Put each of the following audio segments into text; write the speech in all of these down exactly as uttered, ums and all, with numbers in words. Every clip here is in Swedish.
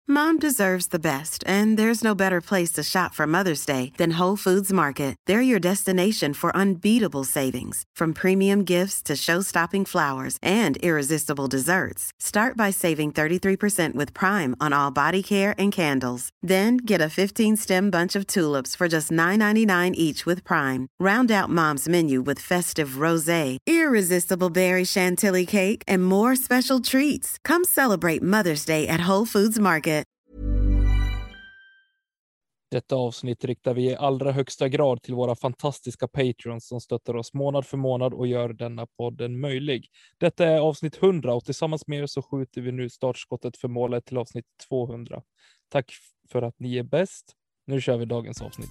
Mom deserves the best, and there's no better place to shop for Mother's Day than Whole Foods Market. They're your destination for unbeatable savings, from premium gifts to show-stopping flowers and irresistible desserts. Start by saving thirty-three percent with Prime on all body care and candles. Then get a fifteen-stem bunch of tulips for just nine ninety-nine each with Prime. Round out Mom's menu with festive rosé, irresistible berry chantilly cake, and more special treats. Come celebrate Mother's Day at Whole Foods Market. Detta avsnitt riktar vi i allra högsta grad till våra fantastiska Patreons som stöttar oss månad för månad och gör denna podden möjlig. Detta är avsnitt hundra och tillsammans med er så skjuter vi nu startskottet för målet till avsnitt tvåhundra. Tack för att ni är bäst. Nu kör vi dagens avsnitt.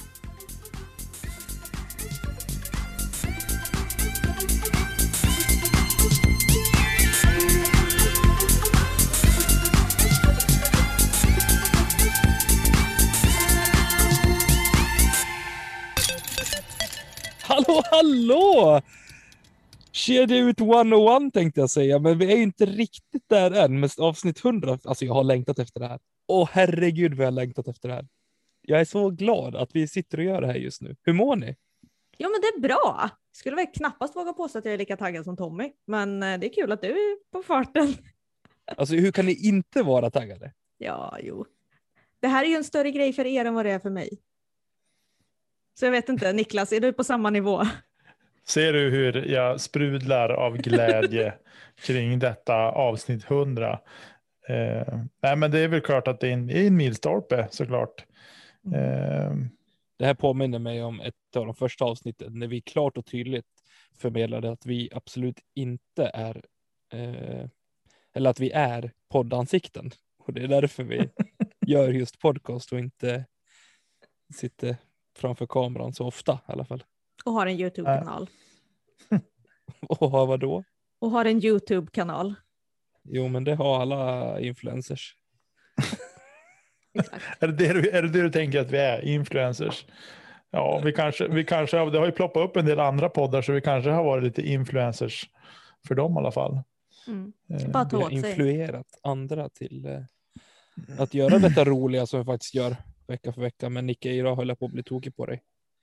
Hallå, hallå! Kedja ut etthundraett tänkte jag säga, men vi är inte riktigt där än med avsnitt hundra. Alltså jag har längtat efter det här. Åh herregud vad jag har längtat efter det här. Jag är så glad att vi sitter och gör det här just nu. Hur mår ni? Ja, men det är bra. Skulle väl knappast våga påstå att jag är lika taggad som Tommy. Men det är kul att du är på farten. Alltså hur kan ni inte vara taggade? Ja, jo. Det här är ju en större grej för er än vad det är för mig. Så jag vet inte, Niklas, är du på samma nivå? Ser du hur jag sprudlar av glädje kring detta avsnitt hundra? Eh, nej, men det är väl klart att det är en, en milstolpe såklart. Eh, Det här påminner mig om ett av de första avsnitten när vi klart och tydligt förmedlade att vi absolut inte är eh, eller att vi är poddansikten. Och det är därför vi gör just podcast och inte sitter framför kameran så ofta i alla fall. Och har en YouTube-kanal. Och har vad då? Och har en YouTube-kanal. Jo, men det har alla influencers. är, det det du, är det det du tänker att vi är? Influencers? Ja, vi kanske, vi kanske det har ju ploppat upp en del andra poddar så vi kanske har varit lite influencers för dem i alla fall. Mm. Eh, Bara ta Vi åt har sig. influerat andra till eh, att göra detta roliga som vi faktiskt gör vecka för vecka. Men Nicke, idag höll jag på att bli tokig på dig.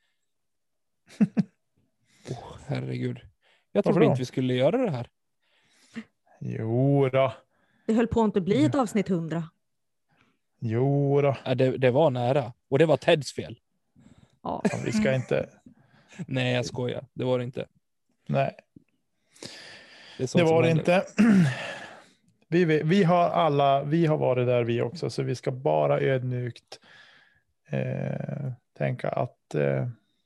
Oh, herregud. Jag trodde inte vi skulle göra det här. Jo då. Det höll på att inte bli ett avsnitt hundra. Jo då. Ja, det, det var nära. Och det var Teds fel. Ja. Ja, vi ska inte... Nej, jag skojar. Det var det inte. Nej. Det, är sånt Det som var det händer. inte. Vi, vi, vi har alla, vi har varit där vi också, så vi ska bara ödmjukt eh, tänka att eh,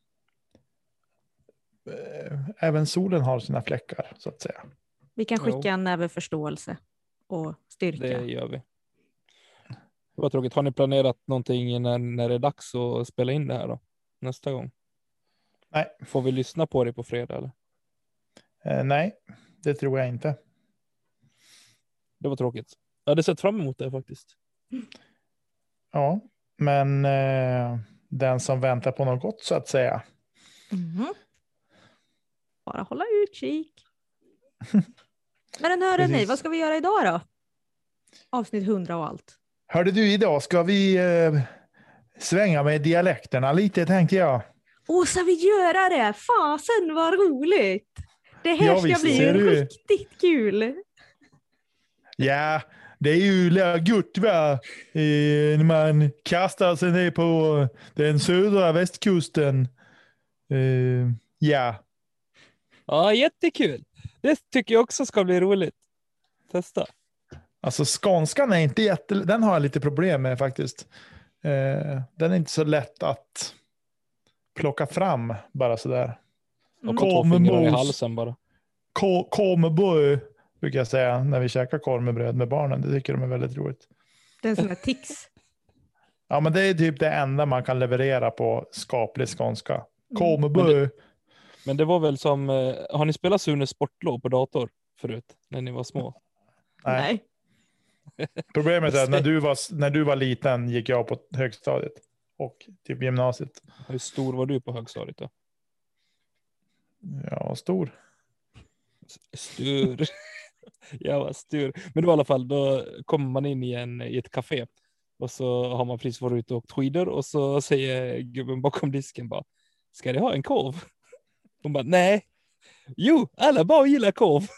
eh, även solen har sina fläckar, så att säga. Vi kan skicka Jo. en näve förståelse och styrka. Det gör vi. Det var tråkigt. Har ni planerat någonting när, när det är dags att spela in det här då? Nästa gång? Nej. Får vi lyssna på det på fredag eller? Eh, nej, det tror jag inte. Det var tråkigt. Jag hade sett fram emot det faktiskt. Ja, men eh, den som väntar på något gott, så att säga. Mhm. Bara hålla utkik. Men hörde ni, Precis. vad ska vi göra idag då? Avsnitt hundra och allt. Hörde du, idag ska vi eh, svänga med dialekterna lite, tänkte jag. Åh, ska vi göra det? Fasen, vad roligt! Det här Ja, ska visst, bli ser du. riktigt kul. Ja, det är ju gott va? Eh, när man kastar sig ner på den södra västkusten. Eh, ja. Ja, jättekul. Det tycker jag också ska bli roligt. Testa. Alltså skånskan är inte jätte... Den har jag lite problem med faktiskt. Eh, den är inte så lätt att plocka fram bara sådär. Och Mm. på två Kom fingrar i mos. halsen bara. Ko- Korvbröd brukar jag säga när vi käkar korv med bröd med barnen. Det tycker de är väldigt roligt. Det är en sån här tics. Ja, men det är typ det enda man kan leverera på skaplig skånska. Men Korvbröd. Men det var väl som... eh, Har ni spelat Sunes sportlov på dator förut? När ni var små? Nej. Nej. Problemet är att när du, var, när du var liten gick jag på högstadiet och typ gymnasiet. Hur stor var du på högstadiet då? Ja, stor. Stor. Jag var stur. Men då i alla fall, då kommer man in i, en, i ett café. Och så har man precis varit ute och åkt skidor. Och så säger gubben bakom disken bara, ska du ha en korv? Hon bara, nej. Jo, alla bara gillar korv.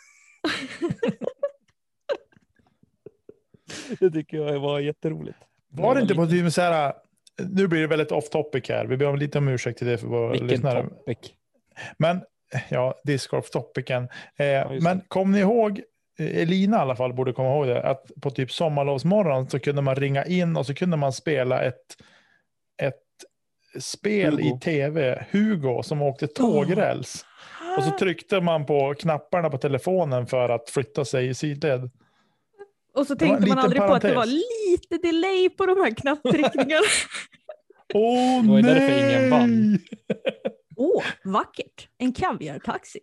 Det tycker jag var jätteroligt. Var det inte på typ så här, nu blir det väldigt off topic här. Vi ber om lite om ursäkt till det för våra Vilken lyssnare. topic. Men ja, discgolf topicen. Eh, Ja, men kom ni ihåg, Elina i alla fall borde komma ihåg det, att på typ sommarlovsmorgon så kunde man ringa in och så kunde man spela ett, ett spel Hugo. i tv, Hugo, som åkte tågräls. Och så tryckte man på knapparna på telefonen för att flytta sig i sidled. Och så Det var en tänkte man liten aldrig på att det parentes. var lite delay på de här knapptryckningarna. Åh Det var ju nej! därför ingen vann. Åh, vackert. En kaviartaxi.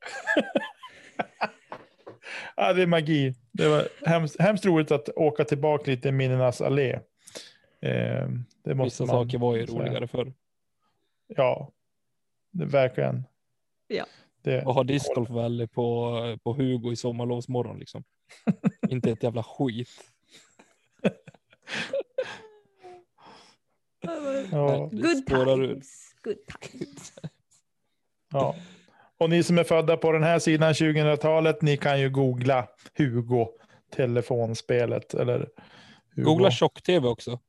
Ja, det är magi. Det var hemskt, hemskt roligt att åka tillbaka lite i minnenas allé. Eh, det måste Vissa man saker var ju säga. roligare förr. Ja, det verkligen. Ja. Det, Och ha discgolf Valley på, på Hugo i sommarlovsmorgon liksom. Inte ett jävla skit. ja, Det Good spårar ur. times. Good times. ja. Och ni som är födda på den här sidan tjugohundratalet, ni kan ju googla Hugo telefonspelet eller Hugo. Googla tjock-tv också.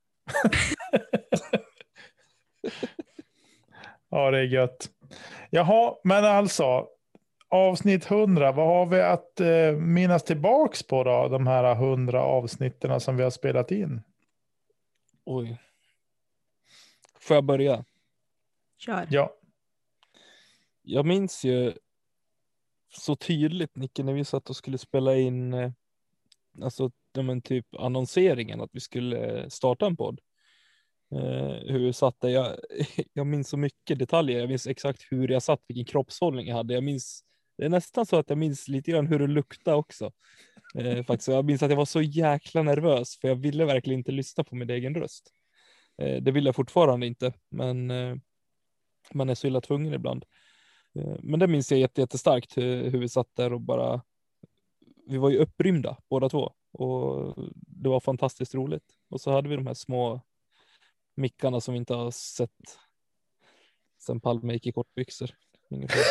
Ja, det är gött. Jaha, men alltså avsnitt hundra, vad har vi att eh, minnas tillbaks på då? De här hundra avsnitten som vi har spelat in. Oj. Får jag börja? Kör. Ja, Jag minns ju så tydligt, Nicke, när vi satt och skulle spela in eh, alltså ja, men typ annonseringen att vi skulle starta en podd. Eh, hur vi satt där. Jag, jag minns så mycket detaljer. Jag minns exakt hur jag satt, vilken kroppshållning jag hade. Jag minns, det är nästan så att jag minns lite grann hur det luktade också. Eh, faktiskt. Jag minns att jag var så jäkla nervös för jag ville verkligen inte lyssna på min egen röst. Eh, det vill jag fortfarande inte, men eh, man är så illa tvungen ibland. Eh, men det minns jag jätte, jättestarkt hur, hur vi satt där och bara, vi var ju upprymda båda två och det var fantastiskt roligt. Och så hade vi de här små mickarna som vi inte har sett sen Palme gick i kortbyxor. Ungefär.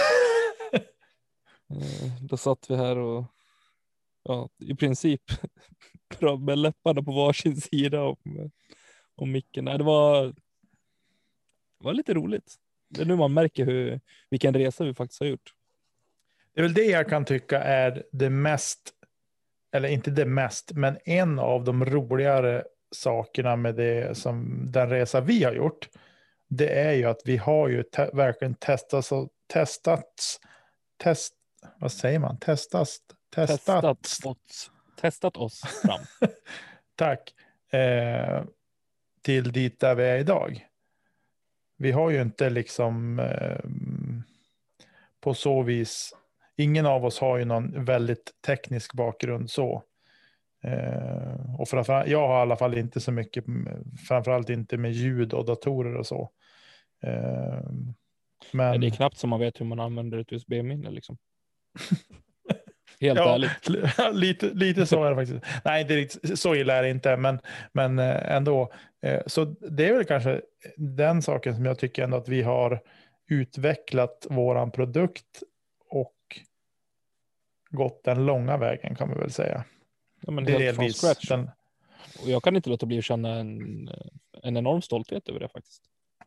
eh, då satt vi här och ja, i princip med läpparna på varsin sida om, om micken. Nej, det var, det var lite roligt. Det är nu man märker hur, vilken resa vi faktiskt har gjort. det är väl det jag kan tycka är det mest, eller inte det mest, men en av de roligare sakerna med det som den resa vi har gjort. Det är ju att vi har ju te- verkligen testat och testats, test, vad säger man? Testas, testat, Testat oss, testat oss fram. tack, eh, till dit där vi är idag. Vi har ju inte liksom eh, på så vis, ingen av oss har ju någon väldigt teknisk bakgrund så. Eh, och framförallt, jag har i alla fall inte så mycket, framförallt inte med ljud och datorer och så. Eh, men Nej, det är knappt som man vet hur man använder ett U S B-minne liksom. Helt ja, ärligt. lite, lite så är det faktiskt. Nej, inte riktigt, så illa är det inte, men, men eh, ändå. Eh, så det är väl kanske den saken som jag tycker ändå att vi har utvecklat våran produkt och gått den långa vägen kan man väl säga. Ja, men Det är helt från delvis scratch. den, Och jag kan inte låta bli att känna en, en enorm stolthet över det faktiskt.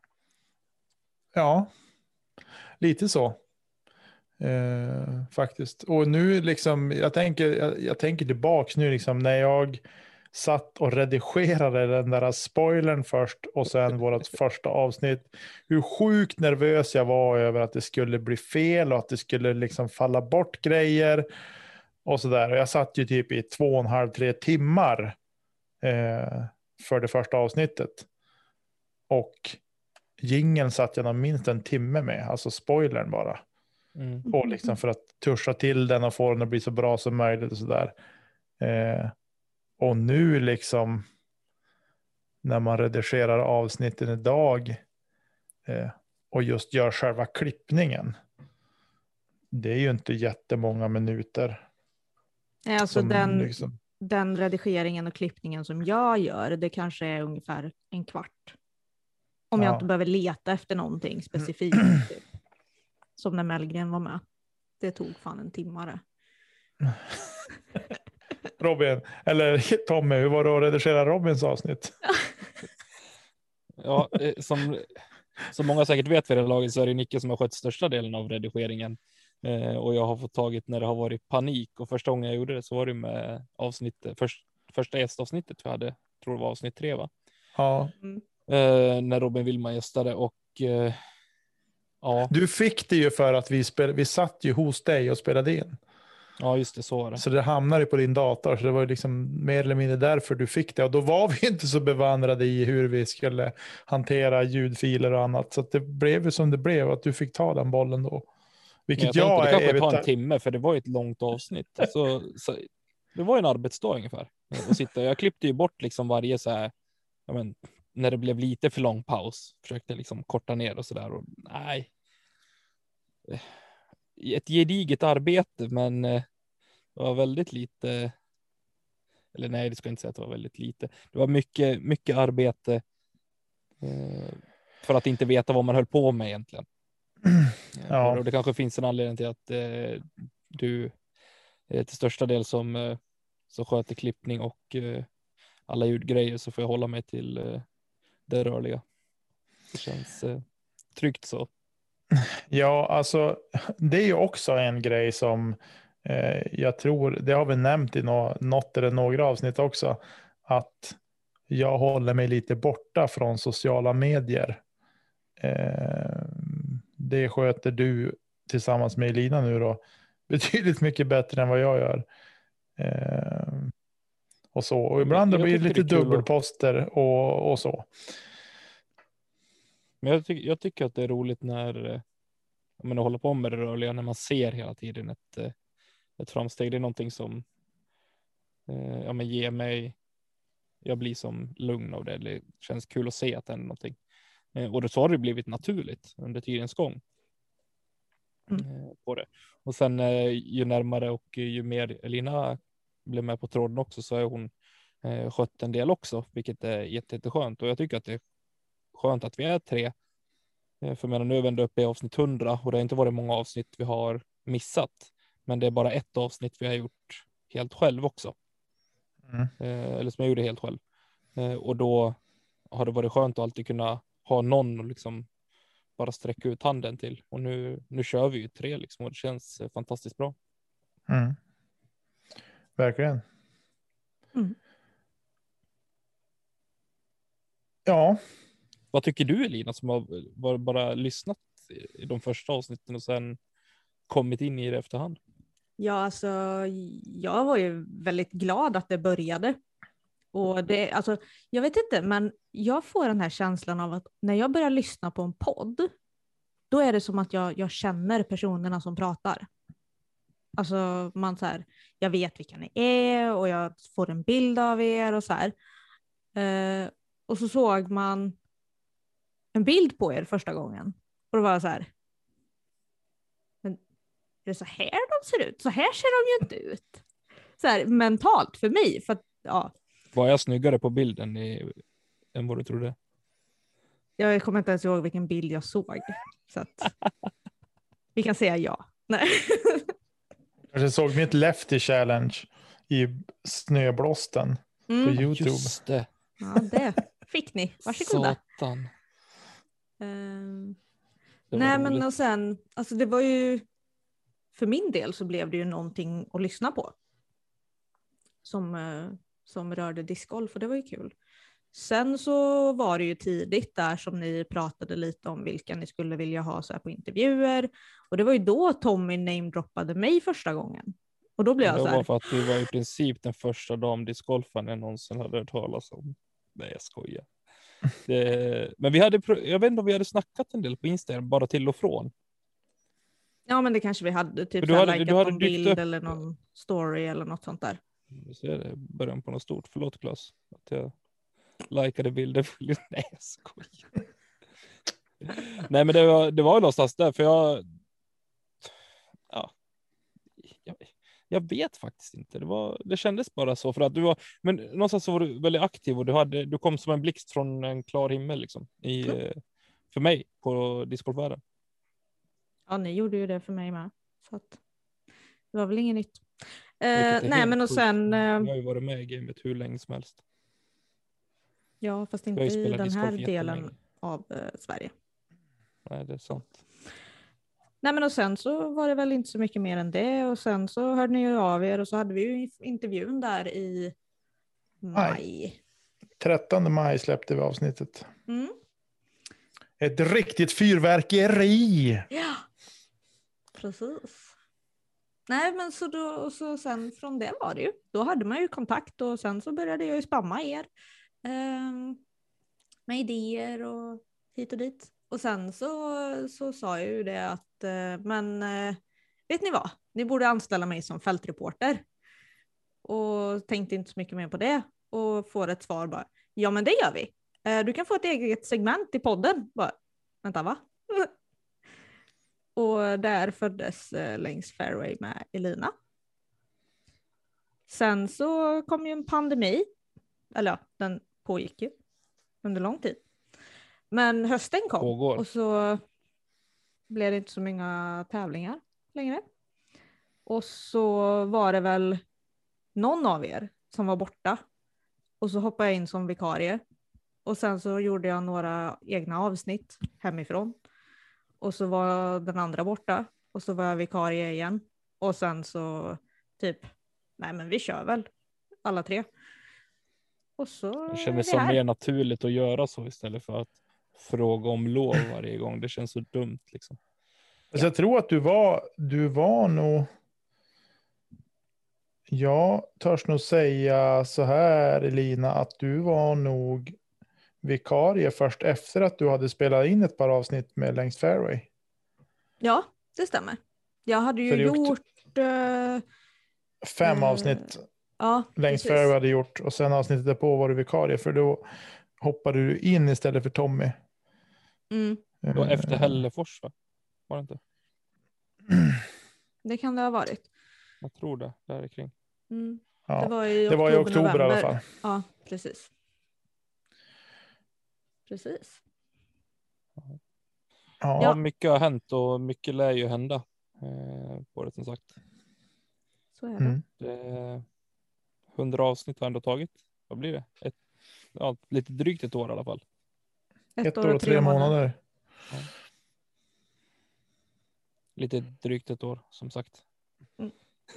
ja, lite så. Eh, faktiskt. Och nu liksom, jag tänker, jag, jag tänker tillbaks nu liksom när jag satt och redigerade den där spoilern först och sen vårt första avsnitt. Hur sjukt nervös jag var över att det skulle bli fel och att det skulle liksom falla bort grejer och sådär. Och jag satt ju typ i två och en halv, tre timmar eh, för det första avsnittet. Och jingeln satt jag nog minst en timme med, alltså spoilern bara. Mm. Och liksom för att tuscha till den och få den att bli så bra som möjligt och sådär. Eh, och nu liksom när man redigerar avsnitten idag eh, och just gör själva klippningen. Det är ju inte jättemånga minuter. Nej, alltså som den, liksom... den redigeringen och klippningen som jag gör, det kanske är ungefär en kvart. Om Ja. jag inte behöver leta efter någonting specifikt. Typ. Som när Mellgren var med. Det tog fan en timmare. Robin, eller Tommy, hur var det att redigera Robins avsnitt? Ja, eh, som, som många säkert vet vid det laget så är det Nicke som har skött största delen av redigeringen. Eh, och jag har fått tagit när det har varit panik. Och första gången jag gjorde det så var det med avsnittet, först, första gästavsnittet vi hade, tror det var avsnitt tre va? Ja. Mm. Eh, när Robin Willman gästade och eh, ja. Du fick det ju för att vi, spel, vi satt ju hos dig och spelade in. Ja, just det, så var det. Så det hamnade på din dator, så det var liksom mer eller mindre därför du fick det. Och då var vi inte så bevandrade i hur vi skulle hantera ljudfiler och annat. Så att det blev ju som det blev, att du fick ta den bollen då. Vilket jag, jag, jag tänkte, det är... kanske tar en timme, för det var ju ett långt avsnitt. Så, så, det var en arbetsdag ungefär. Och sitta. Jag klippte ju bort liksom varje så här, ja, men, när det blev lite för lång paus. Försökte liksom korta ner och sådär. Och nej. Ett gediget arbete, men det var väldigt lite. Eller nej, det ska jag inte säga att det var väldigt lite. Det var mycket, mycket arbete eh, för att inte veta vad man höll på med egentligen. Ja. Och det kanske finns en anledning till att eh, du är till största del som, eh, som sköter klippning och eh, alla ljudgrejer, så får jag hålla mig till eh, det rörliga. Det känns eh, tryggt så. Ja, alltså det är ju också en grej som eh, jag tror, det har vi nämnt i no- något eller några avsnitt också, att jag håller mig lite borta från sociala medier. Eh, det sköter du tillsammans med Elina nu då betydligt mycket bättre än vad jag gör. Eh, och så. Och ibland jag, jag blir det lite det dubbelposter och, och så. Men jag, ty- jag tycker att det är roligt när man håller på med det rörliga, när man ser hela tiden ett, ett framsteg. Det är någonting som eh, ja, men ger mig, jag blir som lugn av det. Det känns kul att se att det är någonting. Eh, och så har det blivit naturligt under tidens gång. Mm. Eh, på det. Och sen eh, ju närmare och ju mer Elina blev med på tråden också, så är hon eh, skött en del också, vilket är jätte, jätteskönt. Och jag tycker att det är skönt att vi är tre. Eh, för medan nu är vi ändå uppe i avsnitt hundra och det har inte varit många avsnitt vi har missat. Men det är bara ett avsnitt vi har gjort helt själv också. Mm. Eh, eller som jag gjorde helt själv. Eh, och då har det varit skönt att alltid kunna ha någon och liksom bara sträcka ut handen till. Och nu, nu kör vi ju tre liksom, och det känns fantastiskt bra. Mm. Verkligen. Mm. Ja. Vad tycker du Elina, som har bara lyssnat i de första avsnitten och sen kommit in i det efterhand? Ja, alltså jag var ju väldigt glad att det började. Och det, alltså, jag vet inte, men jag får den här känslan av att när jag börjar lyssna på en podd, då är det som att jag, jag känner personerna som pratar. Alltså man så här, jag vet vilka ni är och jag får en bild av er och så här. Eh, och så såg man en bild på er första gången. Och då var jag så här, men är det så här de ser ut? Så här ser de ju inte ut. Så här mentalt för mig, för att ja. Var jag snyggare på bilden i, än vad du trodde? Jag kommer inte ens ihåg vilken bild jag såg. Så att vi kan säga ja. Nej. Jag såg mitt Lefty Challenge i snöblåsten Mm. på YouTube. Just det. Ja, det fick ni. Varsågoda. Satan. Um, Det var nej, roligt. men och sen, alltså det var ju, för min del så blev det ju någonting att lyssna på. Som, uh, som rörde discgolf, och det var ju kul. Sen så var det ju tidigt där som ni pratade lite om vilka ni skulle vilja ha så här på intervjuer. Och det var ju då Tommy namedroppade mig första gången. Och då blev jag Det så här. var för att du var i princip den första damdiscgolfaren jag någonsin hade hört talas om. Nej, jag skojar. Det, men vi hade, jag vet inte om vi hade snackat en del på Instagram, bara till och från. Ja, men det kanske vi hade, typ Du så här, hade- likat du hade någon dykt bild upp- eller någon story eller något sånt där. Vi ser det, början på något stort. Förlåt Klas, att jag likade bilder. Nej, jag skojar. Nej, men det var, det var ju någonstans där, för jag... Ja, jag, Jag vet faktiskt inte. Det, var, det kändes bara så. För att du var, men någonstans så var du väldigt aktiv och du, hade, du kom som en blixt från en klar himmel liksom, i, mm. för mig på discgolfvärlden. Ja, ni gjorde ju det för mig med. Så att, det var väl inget nytt. Eh, nej, men och sen... Eh, jag har ju varit med i gamet hur länge som helst. Ja, fast inte i den här delen av eh, Sverige. Nej, det är sant. Nej, men och sen så var det väl inte så mycket mer än det. Och sen så hörde ni ju av er och så hade vi ju intervjun där i maj. maj. trettonde maj släppte vi avsnittet. Mm. Ett riktigt fyrverkeri! Ja, precis. Nej, men så då, så sen från det var det ju. Då hade man ju kontakt och sen så började jag ju spamma er. Eh, med idéer och hit och dit. Och sen så, så sa jag ju det att, eh, men eh, vet ni vad? Ni borde anställa mig som fältreporter. Och tänkte inte så mycket mer på det. Och får ett svar bara, ja men det gör vi. Eh, du kan få ett eget segment i podden. Bara, vänta va? Och där föddes eh, längs fairway med Elina. Sen så kom ju en pandemi. Eller ja, den pågick ju under lång tid. Men hösten kom Pågår. Och så blev det inte så många tävlingar längre. Och så var det väl någon av er som var borta. Och så hoppade jag in som vikarie. Och sen så gjorde jag några egna avsnitt hemifrån. Och så var den andra borta. Och så var jag vikarie igen. Och sen så typ, nej men vi kör väl alla tre. Och så det kändes som mer naturligt att göra så istället för att fråga om lov varje gång. Det känns så dumt liksom. Alltså, jag tror att du var, du var nog... Jag törs nog säga så här, Elina, att du var nog vikarie först efter att du hade spelat in ett par avsnitt med längs fairway. Ja, det stämmer. Jag hade ju gjort... gjort uh, fem uh, avsnitt ja, längs fairway hade gjort. Och sen avsnittet därpå var du vikarie. För då hoppade du in istället för Tommy. Mm. Det var efter Hällefors va? Var det inte? Det kan det ha varit. Jag tror det, där kring. Mm. Ja. Det var i det oktober, var i oktober november. i alla fall. Ja, precis. Precis. Ja. Ja. Mycket har hänt och mycket lär ju hända eh, på det som sagt. Så är det. Mm. det. hundra avsnitt har ändå tagit. Vad blir det? Ett, ja, lite drygt ett år i alla fall. Ett, ett år och tre månader. månader. Ja. Lite drygt ett år, som sagt. Mm.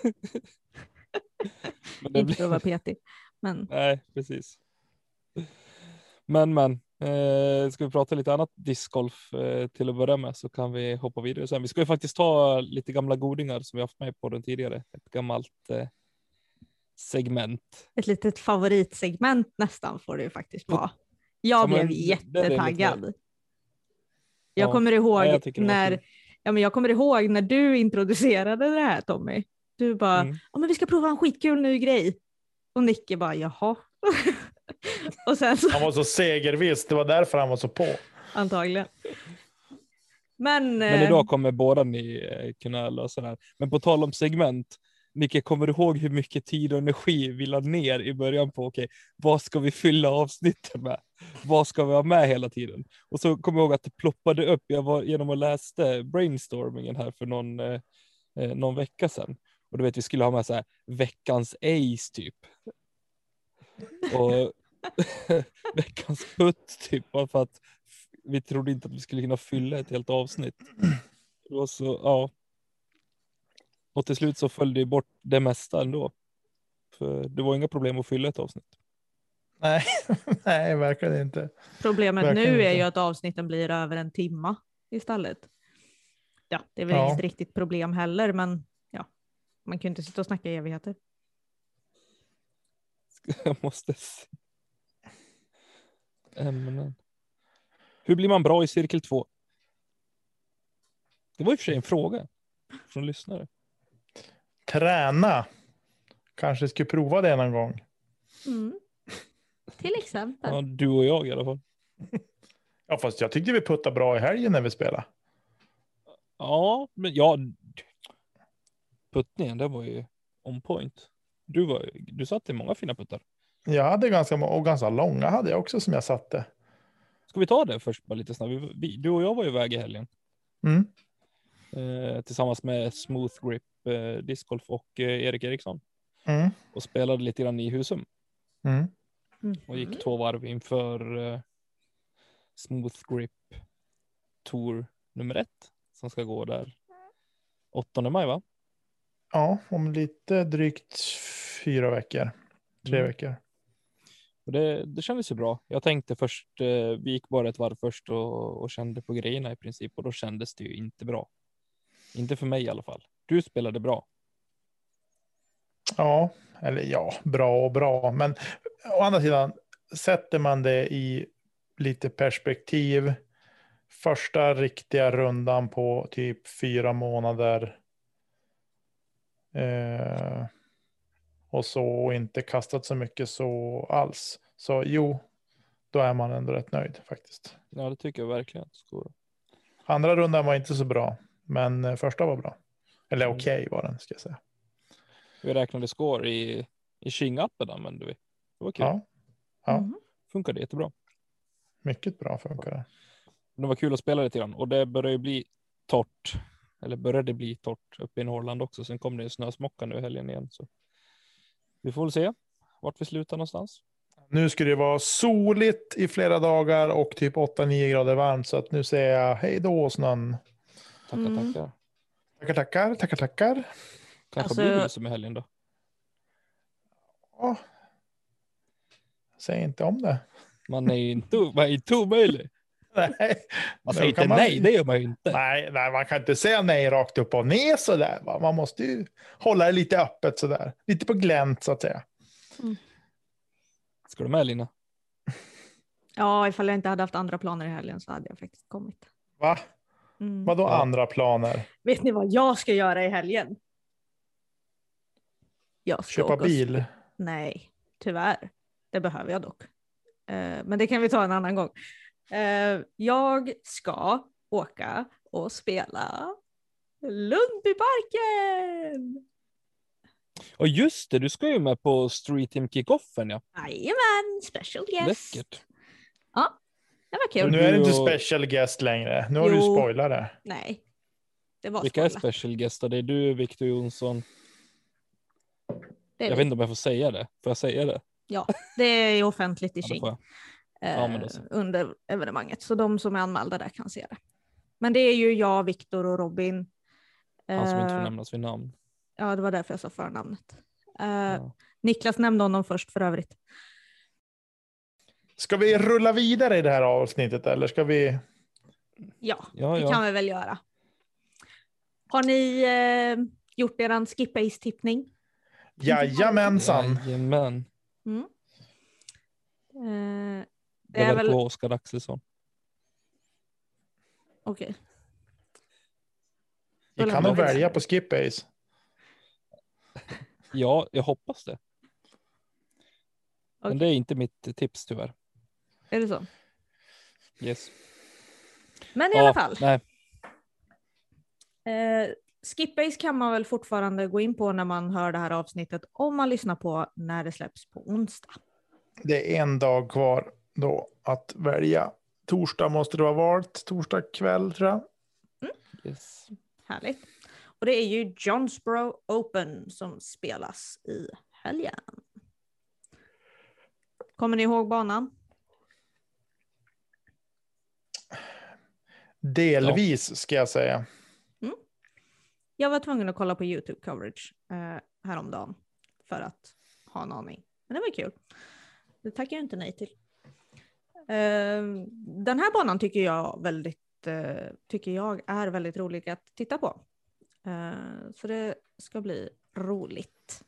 Men det inte blir... för att vara petig. Men... Nej, precis. Men, men. Eh, ska vi prata lite annat discgolf eh, till att börja med så kan vi hoppa vidare sen. Vi ska ju faktiskt ta lite gamla godingar som vi haft med på den tidigare. Ett gammalt eh, segment. Ett litet favoritsegment nästan får det ju faktiskt vara. Jag ja, blev jättetaggad. Jag ja. kommer ihåg ja, jag när ja, men jag kommer ihåg när du introducerade det här, Tommy. Du bara, mm. oh, men vi ska prova en skitkul ny grej. Och Nicke bara, jaha. Och sen så... Han var så segerviss, det var därför han var så på. Antagligen. Men, men idag kommer båda ni kunna lösa det här. Men på tal om segment, Nicke, kommer du ihåg hur mycket tid och energi vi la ner i början på, okej, okay, vad ska vi fylla avsnittet med? Vad ska vi ha med hela tiden? Och så kommer jag ihåg att det ploppade upp, jag var genom att läste brainstormingen här för någon, eh, någon vecka sedan. Och du vet, vi skulle ha med så här veckans ace typ. Och veckans putt typ, för att vi trodde inte att vi skulle kunna fylla ett helt avsnitt. Det var så, ja. Och till slut så följde det bort det mesta ändå. För det var inga problem att fylla ett avsnitt. Nej, nej, verkligen inte. Problemet verkligen nu inte. är ju att avsnitten blir över en timma istället. Ja, det är väl ja. inget riktigt problem heller, men ja, man kan ju inte sitta och snacka i evigheter. Jag måste se. Ämnen. Hur blir man bra i cirkel två? Det var i och för sig en fråga från lyssnare. Träna. Kanske ska prova det någon gång. Mm. Till exempel. Ja, du och jag i alla fall. Ja, fast jag tyckte vi puttade bra i helgen när vi spelade. Ja, men ja. Puttningen, det var ju on point. Du, var, du satte många fina puttar. Jag hade ganska må- och ganska långa hade jag också som jag satte. Ska vi ta det först bara lite snabbt? Vi, vi, du och jag var ju iväg i helgen. Mm. Eh, tillsammans med Smooth Grip, eh, Discgolf och eh, Erik Eriksson. Mm. Och spelade lite grann i Husum. Mm. Och gick två varv inför eh, Smooth Grip Tour nummer ett. Som ska gå där åttonde maj, va? Ja, om lite drygt fyra veckor. Tre Mm. veckor. Och det, det kändes ju bra. Jag tänkte först, eh, vi gick bara ett varv först och, och kände på grejerna i princip. Och då kändes det ju inte bra. Inte för mig i alla fall. Du spelade bra. Ja, eller ja, bra och bra. Men å andra sidan, sätter man det i lite perspektiv. Första riktiga rundan på typ fyra månader. Eh, och så och inte kastat så mycket så alls. Så jo, då är man ändå rätt nöjd faktiskt. Ja, det tycker jag verkligen. Skor. Andra rundan var inte så bra, men eh, första var bra. Eller Mm. okej okay var den, ska jag säga. Vi räknade score i, i Qing-appen använde vi. Det var kul. Ja, ja. Mm. Funkade jättebra. Mycket bra funkar det. Det var kul att spela lite grann. Och det började ju bli torrt. Eller började bli torrt uppe i Norrland också. Sen kom det en snösmocka nu i helgen igen. Så vi får väl se vart vi slutar någonstans. Nu ska det vara soligt i flera dagar och typ åtta nio grader varmt. Så att nu säger jag hej då snön. Tackar, Mm. tackar. Tackar, tackar, tackar, tackar. Kanske Alltså- blir det som i helgen då. Ja. Säg inte om det. Man är ju inte, man är inte omöjlig. Nej. Man Då säger kan inte man- nej, det gör man ju inte. Nej, nej, man kan inte säga nej rakt upp och ner sådär. Va? Man måste ju hålla det lite öppet sådär. Lite på glänt så att säga. Ska du med, Lina? Ja, ifall jag inte hade haft andra planer i helgen så hade jag faktiskt kommit. Va? Mm. Vadå Ja. andra planer? Vet ni vad jag ska göra i helgen? Jag ska Köpa åka och bil? sp- Nej, tyvärr. Det behöver jag dock. Eh, men det kan vi ta en annan gång. Eh, jag ska åka och spela Lundbyparken! Och just det, du ska ju med på Street Team Kickoffen, ja. Jajamän, special guest. Läckert. Ja, det var Så kul. nu är det inte och- special guest längre. Nu har du Jo. spoilat det. Nej, det var Vilka är spoilat. special guestar? Det är du, Victor Jonsson. Det är Jag vi. vet inte om jag får säga det. Får jag säga det? Ja, det är offentligt i Ja, det Qing. får jag. eh, Ja, men då så. under evenemanget. Så de som är anmälda där kan se det. Men det är ju jag, Viktor och Robin. Han som inte får Eh, nämnas vid namn. Ja, det var därför jag sa förnamnet. Eh, Ja. Niklas nämnde honom först för övrigt. Ska vi rulla vidare i det här avsnittet eller ska vi? Ja, Ja, det ja. kan vi väl göra. Har ni eh, gjort er skip ace tippning? Jajamensan. Jajamän. Mm. Eh, det Det är var väl... på Oskar Axelsson. Okej. Vi kan nog välja på skip ace. Ja, jag hoppas det. Men Okej. det är inte mitt tips tyvärr. Är det så? Yes. Men i Ja, alla fall. Nej. Eh, Skip-Ace kan man väl fortfarande gå in på när man hör det här avsnittet om man lyssnar på när det släpps på onsdag. Det är en dag kvar då att välja. Torsdag måste det vara valt. Torsdag kväll tror jag. Yes. Härligt. Och det är ju Jonesboro Open som spelas i helgen. Kommer ni ihåg banan? Delvis ska jag säga. Jag var tvungen att kolla på YouTube coverage eh, häromdagen för att ha en aning. Men det var kul. Det tackar jag inte nej till. Eh, den här banan tycker jag väldigt eh, tycker jag är väldigt rolig att titta på. Eh, så det ska bli roligt.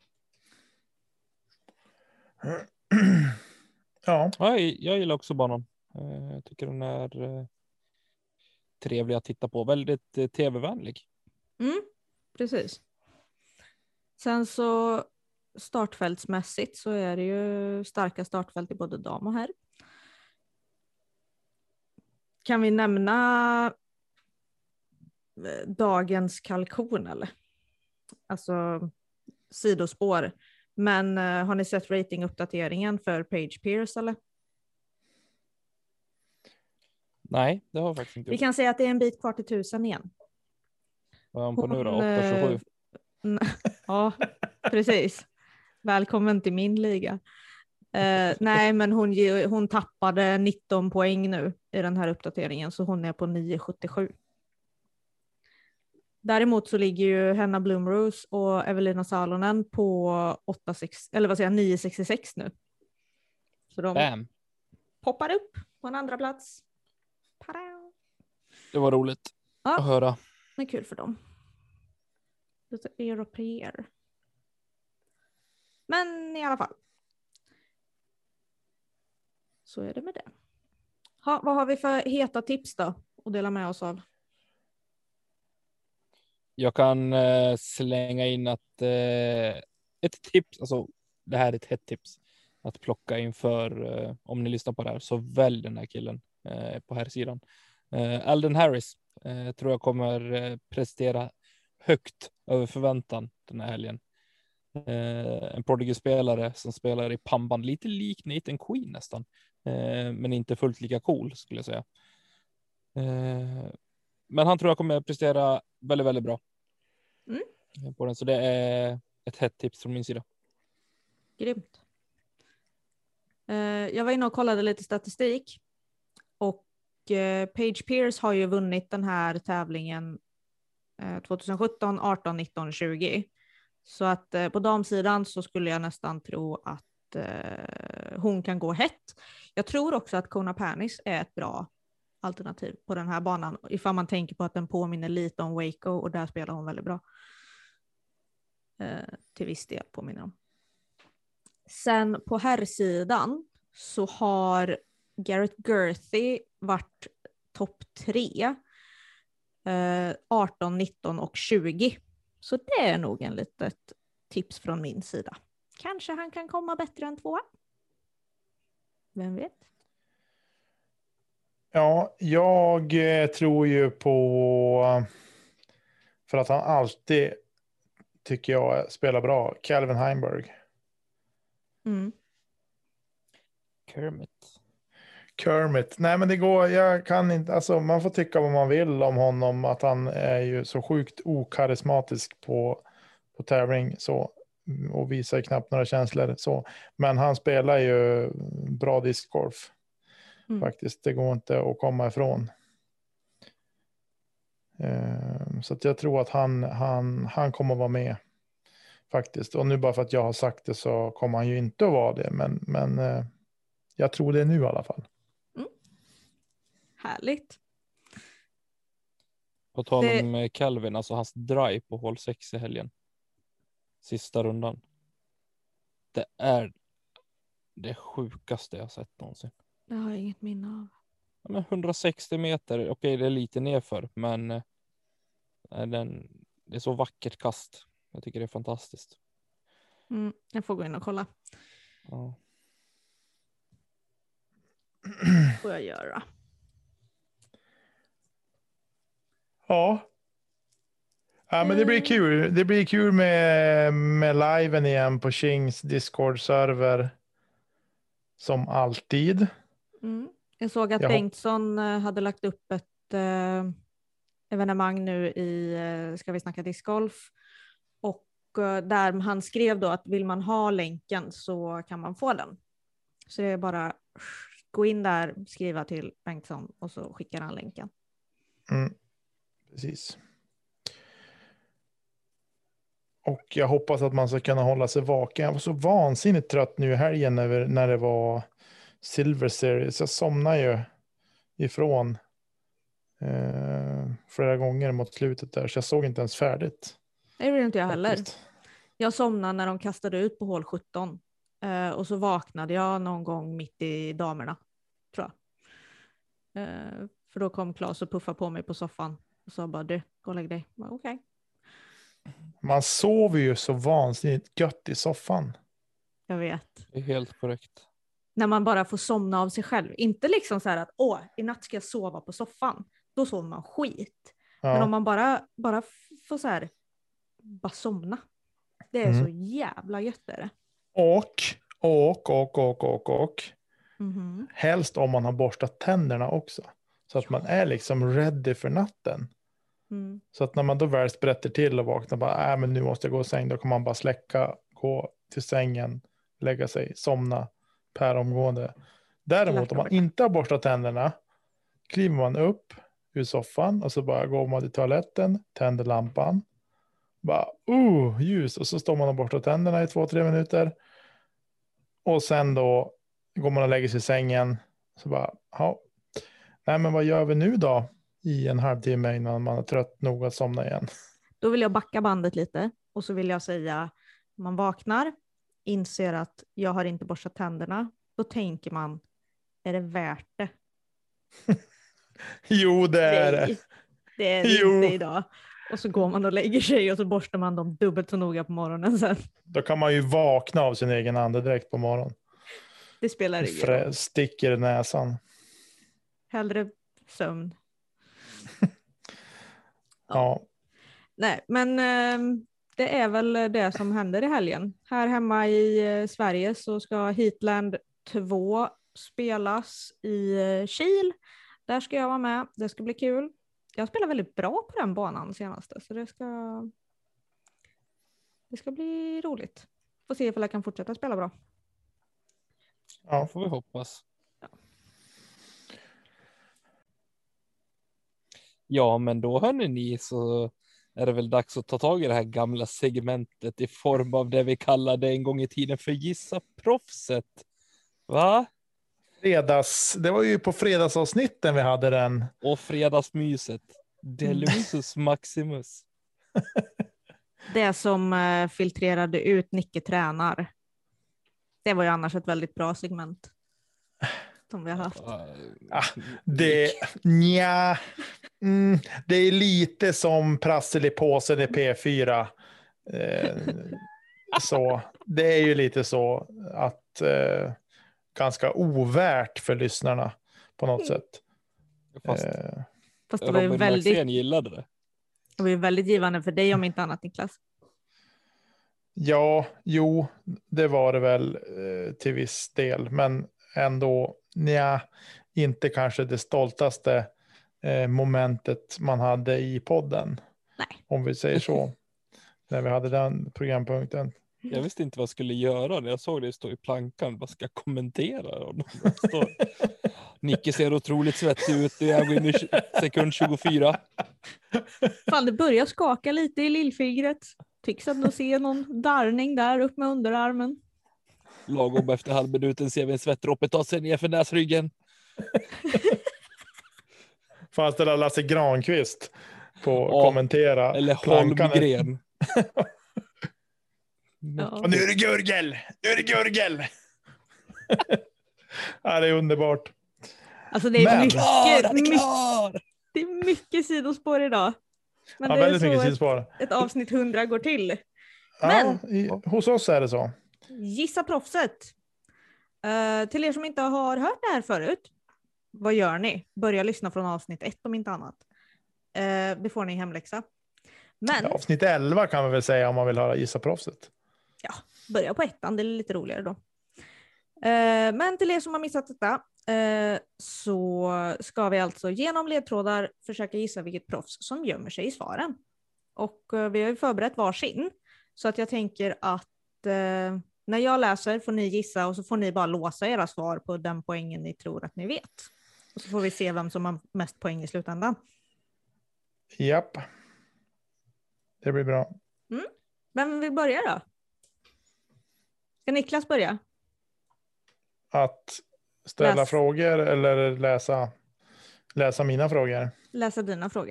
Ja, Ja, jag, jag gillar också banan. Eh, Jag tycker den är eh, trevlig att titta på. Väldigt eh, tv-vänlig. Mm, precis. Sen så startfältsmässigt så är det ju starka startfält i både dam och herr. Kan vi nämna dagens kalkon eller? Alltså sidospår. Men uh, har ni sett ratinguppdateringen för Paige Pierce eller? Nej, det har jag faktiskt inte Vi gjort. kan säga att det är en bit kvar till tusen igen. Vad är hon på nu då? Hon, åtta tjugosju? eh, ja, precis. Välkommen till min liga. Uh, nej, men hon, ge- hon tappade nitton poäng nu i den här uppdateringen, så hon är på nio sjuttiosju. Däremot så ligger ju Henna Blomroos och Evelina Salonen på åtta sex, eller vad säger jag, nio sextiosex nu. Så de Bam. poppar upp på en andra plats. Pada! Det var roligt Ja. att höra. Det är kul för dem. Lite europeer. Men i alla fall. Så är det med det. Ha, vad har vi för heta tips då att dela med oss av? Jag kan eh, slänga in att eh, ett tips, alltså det här är ett hett tips att plocka inför, eh, om ni lyssnar på det här, så välj den här killen eh, på här sidan. Eh, Alden Harris eh, tror jag kommer eh, prestera högt över förväntan den här helgen. Eh, en prodigy-spelare som spelar i pannband, lite lik Nathan Queen nästan, eh, men inte fullt lika cool skulle jag säga. Eh, men han tror jag kommer prestera väldigt, väldigt bra. Mm. På den, så det är ett hett tips från min sida. Grymt. Uh, jag var inne och kollade lite statistik. Och uh, Paige Pierce har ju vunnit den här tävlingen uh, tjugosjutton, arton, nitton, tjugo. Så att uh, på damsidan så skulle jag nästan tro att uh, hon kan gå hett. Jag tror också att Kona Panis är ett bra alternativ på den här banan. Ifall man tänker på att den påminner lite om Waco, och där spelar hon väldigt bra. Uh, till viss del påminner om. Sen på herrsidan så har Garrett Gerthy varit topp tre. Eh, arton, nitton och tjugo. Så det är nog en litet tips från min sida. Kanske han kan komma bättre än tvåa. Vem vet? Ja, jag eh, tror ju på, för att han alltid, tycker jag, spelar bra, Calvin Heimberg. Mm. Kermit. Kermit. Nej, men det går, jag kan inte, alltså man får tycka vad man vill om honom, att han är ju så sjukt okarismatisk på, på tävling så, och visar knappt några känslor så, men han spelar ju bra discgolf. Mm. Faktiskt, det går inte att komma ifrån. Uh, så att jag tror att han, han, han kommer att vara med faktiskt. Och nu bara för att jag har sagt det så kommer han ju inte att vara det, men, men uh, jag tror det nu i alla fall. Mm. Härligt. På tal det... om Calvin, alltså hans drive på hål sex i helgen. Sista rundan. Det är det sjukaste jag sett någonsin. Det har jag inget minne av. Ja, men hundrasextio meter, okej okay, det är lite nerför, men äh, den, det är så vackert kast. Jag tycker det är fantastiskt. Mm, jag får gå in och kolla. Ja. Får jag göra. Ja. Ja, men det blir kul. Det blir kul med, med liven igen på Kings Discord-server. Som alltid. Mm. Jag såg att jag Bengtsson hade lagt upp ett eh, evenemang nu i eh, Ska vi snacka discgolf. Och eh, där han skrev då att vill man ha länken så kan man få den. Så det är bara gå in där, skriva till Bengtsson och så skickar han länken. Mm. Precis. Och jag hoppas att man ska kunna hålla sig vaken. Jag var så vansinnigt trött nu i helgen när, när det var Silver Series. Jag somnade ju ifrån eh, flera gånger mot slutet där. Så jag såg inte ens färdigt. Det gjorde inte jag heller. Faktiskt. Jag somnade när de kastade ut på hål sjutton. Eh, och så vaknade jag någon gång mitt i damerna. Tror jag. Eh, för då kom Claes och puffade på mig på soffan. Och sa bara du, gå och lägg dig. Okej. Okay. Man sover ju så vansinnigt gött i soffan. Jag vet. Det är helt korrekt. När man bara får somna av sig själv. Inte liksom så här att åh, i natt ska jag sova på soffan. Då sover man skit. Ja. Men om man bara, bara får så här, bara somna. Det är Mm. så jävla gött är det. Och, och, och, och, och, och. Mhm. Helst om man har borstat tänderna också. Så att man är liksom ready för natten. Mm. Så att när man då väl sprätter till och vaknar, bara, äh, men nu måste jag gå och säng, då kan man bara släcka, gå till sängen, lägga sig, somna per omgående. Däremot om man inte har borstat tänderna, kliver man upp ur soffan och så bara går man till toaletten, tänder lampan, bara, oh, ljus, och så står man och borstar tänderna i två, tre minuter. Och sen då går man och lägger sig i sängen, så bara, ja, nej men vad gör vi nu då? I en halvtimme innan man är trött nog att somna igen. Då vill jag backa bandet lite och så vill jag säga, man vaknar, inser att jag har inte borstat tänderna, då tänker man, är det värt det? Jo, det är det. Nej, det är det Jo. inte idag. Och så går man och lägger sig och så borstar man dem dubbelt så noga på morgonen sen. Då kan man ju vakna av sin egen andedräkt på morgonen. Det spelar ingen Frä, roll. sticker i näsan. Hellre sömn. Ja. Nej, men eh, det är väl det som händer i helgen. Här hemma i eh, Sverige så ska Heatland två spelas i eh, Kil. Där ska jag vara med. Det ska bli kul. Jag spelar väldigt bra på den banan senaste, så det ska det ska bli roligt. Får se ifall jag kan fortsätta spela bra. Ja, får vi hoppas. Ja. Ja, men då hörni ni, så är det väl dags att ta tag i det här gamla segmentet i form av det vi kallade en gång i tiden för Gissa proffset. Va? Fredags, det var ju på fredagsavsnitten vi hade den. Och fredagsmyset. Delusus Maximus. Det som eh, filtrerade ut Nicke tränar. Det var ju annars ett väldigt bra segment som vi har haft. Ah, det, nja, mm, det är lite som prassel i påsen i P fyra. Eh, så det är ju lite så att eh, ganska ovärt för lyssnarna på något sätt. Fast Eh, Fast det var ju Robin väldigt, Maxén gillade det. det var ju väldigt givande för dig om inte annat, Niklas. ja, jo, det var det väl eh, till viss del, men ändå, nja, inte kanske det stoltaste eh, momentet man hade i podden. Nej. Om vi säger så. När vi hade den programpunkten. Jag visste inte vad jag skulle göra när jag såg det stå i plankan. Vad ska jag kommentera? Och står, Nicke ser otroligt svettig ut. Jag går in i sekund tjugofyra. Fan, det börjar skaka lite i lillfingret. Tycks att du ser någon darrning där upp med underarmen. Lagom efter halvminuten ser vi en svettdroppe ta sig ner för näsryggen. Fast det där Lasse Granqvist på att Ja, kommentera. Eller plankan. Holmgren. Ja. Och nu är det gurgel! Nu är det gurgel! Ja, det är underbart. Alltså det är Men- mycket, Klar, mycket, klar! det är mycket sidospår idag. Men Ja, det är väldigt mycket så ett, sidospår. ett avsnitt hundra går till. Ja, i, hos oss är det så. Gissa proffset. Uh, till er som inte har hört det här förut, vad gör ni? Börja lyssna från avsnitt ett om inte annat. Uh, det får ni i hemläxa. Men Ja, avsnitt elva kan man väl säga om man vill höra Gissa proffset. ja, börja på ettan, det är lite roligare då. Uh, men till er som har missat detta uh, så ska vi alltså genom ledtrådar försöka gissa vilket proffs som gömmer sig i svaren. Och uh, vi har ju förberett varsin. Så att jag tänker att uh, när jag läser får ni gissa och så får ni bara låsa era svar på den poängen ni tror att ni vet. Och så får vi se vem som har mest poäng i slutändan. Japp. Det blir bra. Vem vill börja då? Ska Niklas börja? Att ställa Läs. frågor eller läsa, läsa mina frågor. Läsa dina frågor.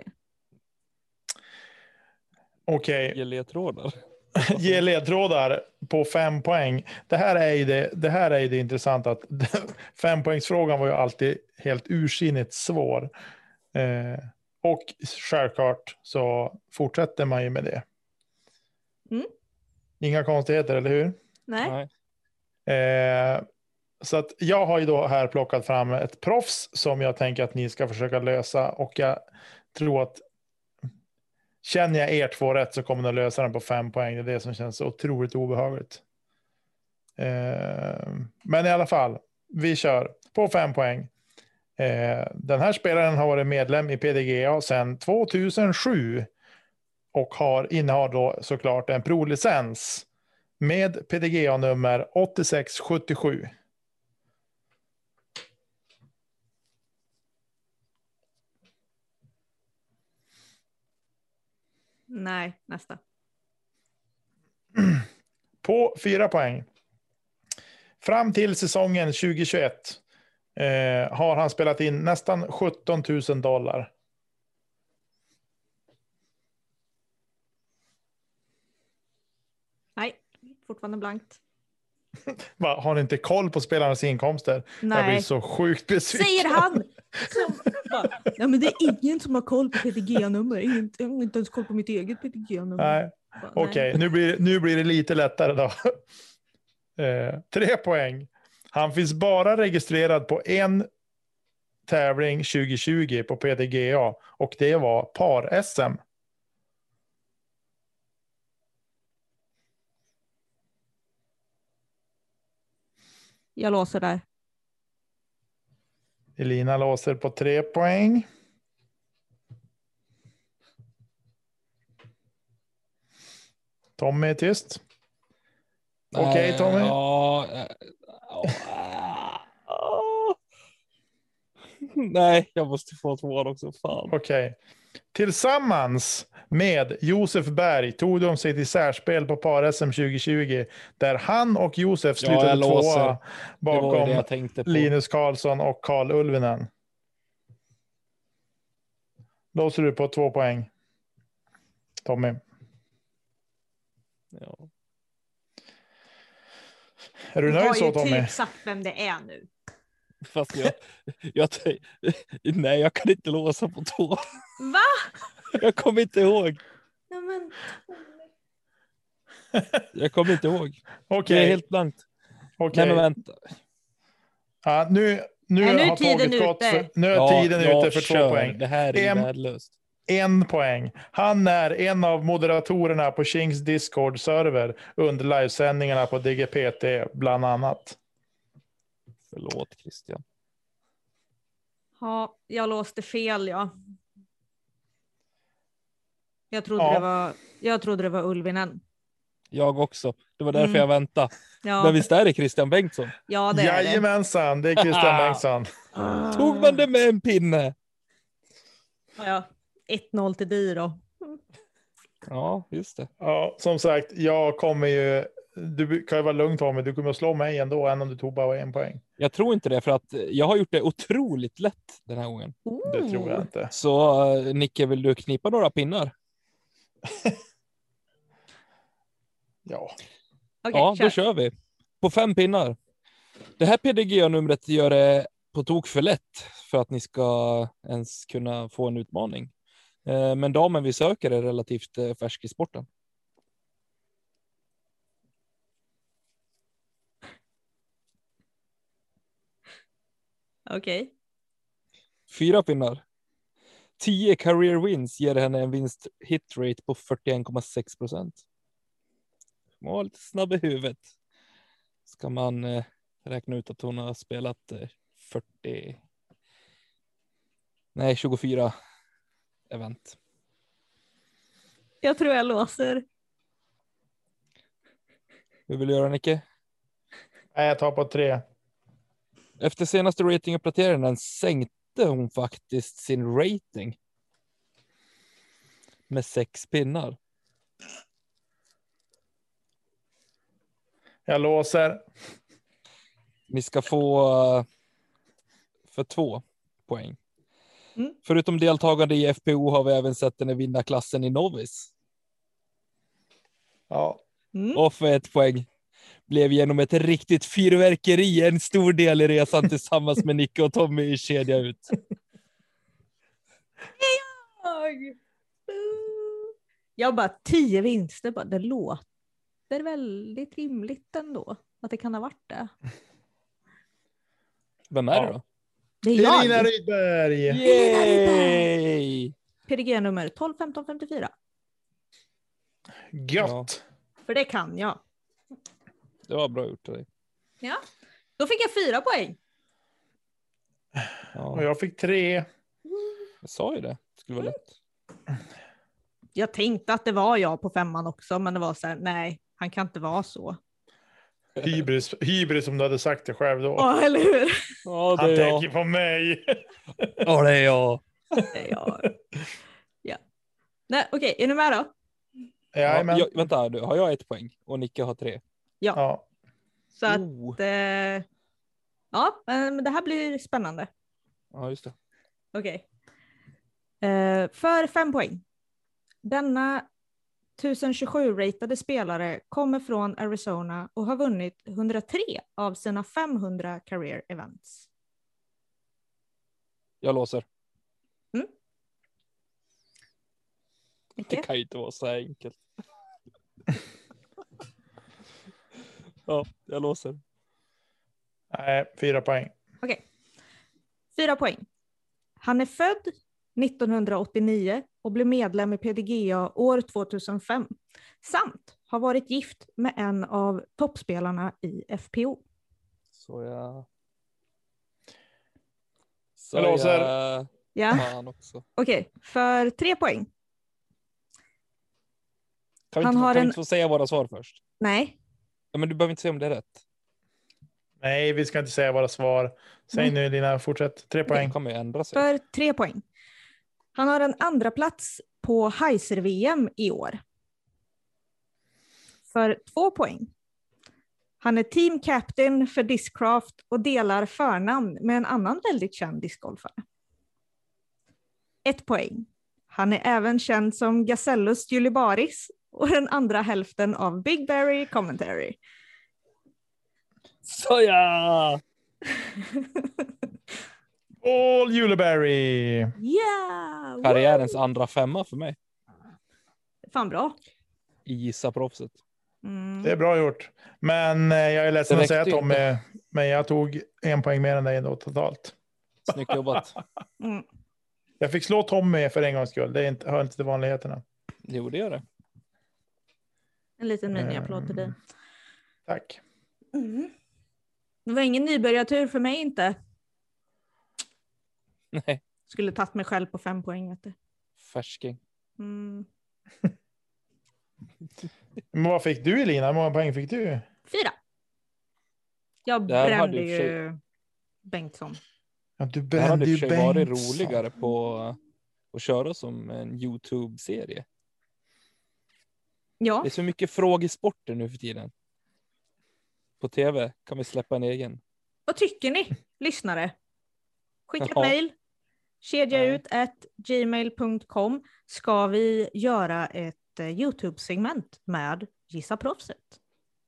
Okej. Ge ledtrådar. Ge ledtrådar på fem poäng. Det här är ju det, det, här är ju det intressanta. Att fempoängsfrågan var ju alltid helt ursinnigt svår. Eh, och självklart så fortsätter man ju med det. Mm. Inga konstigheter, eller hur? Nej. Nej. Eh, så att jag har ju då här plockat fram ett proffs som jag tänker att ni ska försöka lösa. Och jag tror att känner jag er två rätt så kommer ni att lösa den på fem poäng. Det är det som känns otroligt obehagligt. Eh, men i alla fall, vi kör på fem poäng. Eh, den här spelaren har varit medlem i P D G A sedan två tusen sju och har innehar då såklart en pro-licens med P D G A-nummer åttiosex sjuttiosju. Nej, nästa. På fyra poäng. Fram till säsongen tjugohundratjugoett eh, har han spelat in nästan sjutton tusen dollar. Nej, fortfarande blankt. Va, har ni inte koll på spelarnas inkomster? Nej. Jag blir så sjukt besviken. Säger han! Som bara, ja, men det är ingen som har koll på P D G A-nummer. Ingen, jag har inte ens koll på mitt eget P D G A-nummer. Nej. Okej, okay, nu, blir, nu blir det lite lättare då. Eh, tre poäng. Han finns bara registrerad på en tävling tjugohundratjugo på P D G A och det var par-S M. Jag låser där. Elina låser på tre poäng. Tommy är tyst. Okej, okay, Tommy. Ja, ja, ja. Nej, jag måste få tvåan också. Fan. Okej. Okay. Tillsammans med Josef Berg tog de sig till särspel på par-S M tjugohundratjugo där han och Josef slutade ja, tvåa bakom Linus Karlsson och Carl Ulvinen. Låser du på två poäng. Tommy. Ja. Är du nöjd så, Tommy? Jag har ju typ sagt vem det är nu. Fast jag, jag, nej, jag kan inte låsa på två. Va? Jag kommer inte ihåg. Nej, men... Jag kommer inte ihåg. Okay. Det är helt blankt. Okay. Nej, men vänta. Ja, nu nu, ja, nu är har tiden ute. För, nu är ja, tiden ute för kör. två poäng. Det här är en, värdelöst. En poäng. Han är en av moderatorerna på Kings Discord-server under livesändningarna på D G P T bland annat. Förlåt, Christian. Ja, jag låste fel, ja. Jag trodde, ja. det, var, jag trodde det var Ulvinen. Jag också. Det var därför mm. jag väntade. Ja. Men visst är det Christian Bengtsson? Ja, det är Jajamensan, det är Christian Bengtsson. Tog man det med en pinne? Ja, ett noll till dig då. Ja, just det. Ja, som sagt, jag kommer ju... Du kan ju vara lugn, Tommy. Du kommer att slå mig ändå, än om du tog bara en poäng. Jag tror inte det, för att jag har gjort det otroligt lätt den här gången. Oh. Det tror jag inte. Så Nicke, vill du knipa några pinnar? Ja. Okay, ja, kör. då kör vi. På fem pinnar. Det här P D G A-numret gör det på tok för lätt för att ni ska ens kunna få en utmaning. Men damen vi söker är relativt färsk i sporten. Okej. Okay. Fyra pinnar. Tio career wins ger henne en vinst hit rate på fyrtioen komma sex procent. Man var lite snabb i huvudet. Ska man eh, räkna ut att hon har spelat eh, fyrtio... Nej, tjugofyra event. Jag tror jag låser. Hur vill du göra, Nicke? Nej, jag tar på tre. Efter senaste ratinguppdateringen sänkte hon faktiskt sin rating med sex pinnar. Jag låser. Ni ska få för två poäng. Mm. Förutom deltagande i F P O har vi även sett henne vinna klassen i Novice. Ja. Mm. Och för ett poäng blev genom ett riktigt fyrverkeri en stor del i resan tillsammans med Nicke och Tommy i kedja ut. Jag, jag bara tio vinster. Bara, det låter väldigt rimligt ändå att det kan ha varit det. Vem är ja. det då? Det är Elina Rydberg. Yay! P D G nummer tolv femton femtiofyra. Gött. Ja, För det kan jag. det var bra gjort av dig. Ja. Då fick jag fyra poäng. Ja, Och jag fick tre. jag sa ju det. Det skulle vara lätt. Jag tänkte att det var jag på femman också, men det var så här, nej, han kan inte vara så. Hybris, hybris som du hade sagt det själv då. Ja, eller hur? Ja, Han det är tänker jag. på mig. Ja, det är jag. Det är jag. Ja. Nej, okej, är ni med då? Ja, Jajamän. jag, vänta, du, har jag ett poäng och Nicke har tre? Ja. Så att, Oh. eh, ja, men det här blir spännande. Ja, just det. Okej. Eh, för fem poäng. Denna tusen tjugosju-ratade spelare kommer från Arizona och har vunnit hundratre av sina femhundra career events. Jag låser. Mm. Det Okej. kan ju inte vara så här enkelt. Ja, jag låser. Nej, fyra poäng. Okej. Fyra poäng. Han är född nittonhundraåttionio och blev medlem i P D G A år tvåtusenfem. Samt har varit gift med en av toppspelarna i F P O. Så jag... Så Jag låser. jag... Ja, Fan också. okej. För tre poäng. Kan vi, Han inte, har kan vi en- inte få säga våra svar först? Nej. Ja, men du behöver inte säga om det är rätt. Nej, vi ska inte säga våra svar. Säg Nej. nu Lina, fortsätt. Tre Det poäng. kommer ju ändra sig. För tre poäng. Han har en andra plats på Heiser-V M i år. För två poäng. Han är team captain för Discraft och delar förnamn med en annan väldigt känd discgolfare. Ett poäng. Han är även känd som Gasellus Julibaris och den andra hälften av Big Barry Commentary. Så ja! Paul Juleberry. Yeah! Karriärens andra femma för mig. Fan bra. I Gissa proffset. Mm. Det är bra gjort. Men eh, jag är ledsen Det att säga räckte Tommy, men jag tog en poäng mer än dig ändå totalt. Snyggt jobbat. Mm. Jag fick slå Tommy för en gångs skull. Det är inte, hör inte till vanligheterna. Jo, det gör det. En liten mini-applåd till dig. Mm. Tack. Mm. Det var ingen nybörjartur för mig inte. Nej, Skulle tagit mig själv på fem poäng. Vet du. färsking. Mm. Men vad fick du Elina? Hur många poäng fick du? Fyra. Jag Det här hade brände i och för ju Bengtsson. Ja, du Det hade brände i ju och för sig varit Bengtsson. roligare på att köra som en YouTube-serie. Ja, Det är så mycket frågesporter nu för tiden. På tv kan vi släppa en egen. vad tycker ni, lyssnare? Skicka ett Ja. mejl. Kedja Ja. ut at gmail punkt com. Ska vi göra ett eh, YouTube-segment med Gissa proffset?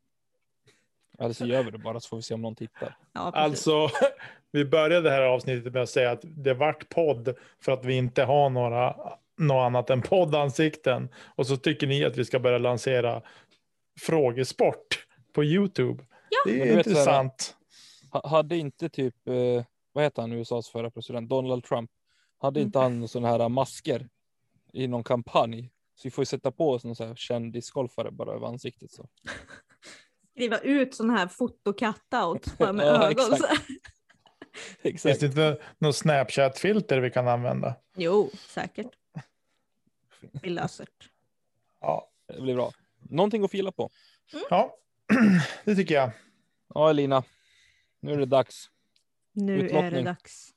Eller så gör vi det bara så får vi se om någon tittar. Ja, precis. Alltså, vi började det här avsnittet med att säga att det vart podd för att vi inte har några något annat än poddansikten. Och så tycker ni att vi ska börja lansera frågesport på YouTube. Ja. Det Men är du vet så här- intressant. Ha- Hade inte typ, eh, vad heter han, U S A:s förra president, Donald Trump. Hade inte han sådana här masker i någon kampanj? Så vi får ju sätta på oss någon så här kändisgolfare bara över ansiktet så. Skriva ut sån här fotocut-out bara med Ja, ögon. exakt. Så. Finns Exakt. det inte något Snapchat-filter vi kan använda? Jo, säkert. Vi löser det. Ja, Det blir bra. Någonting att fila på. ja. Det tycker jag. Ja, Elina. Nu är det dags. Nu är det Utlottning. dags.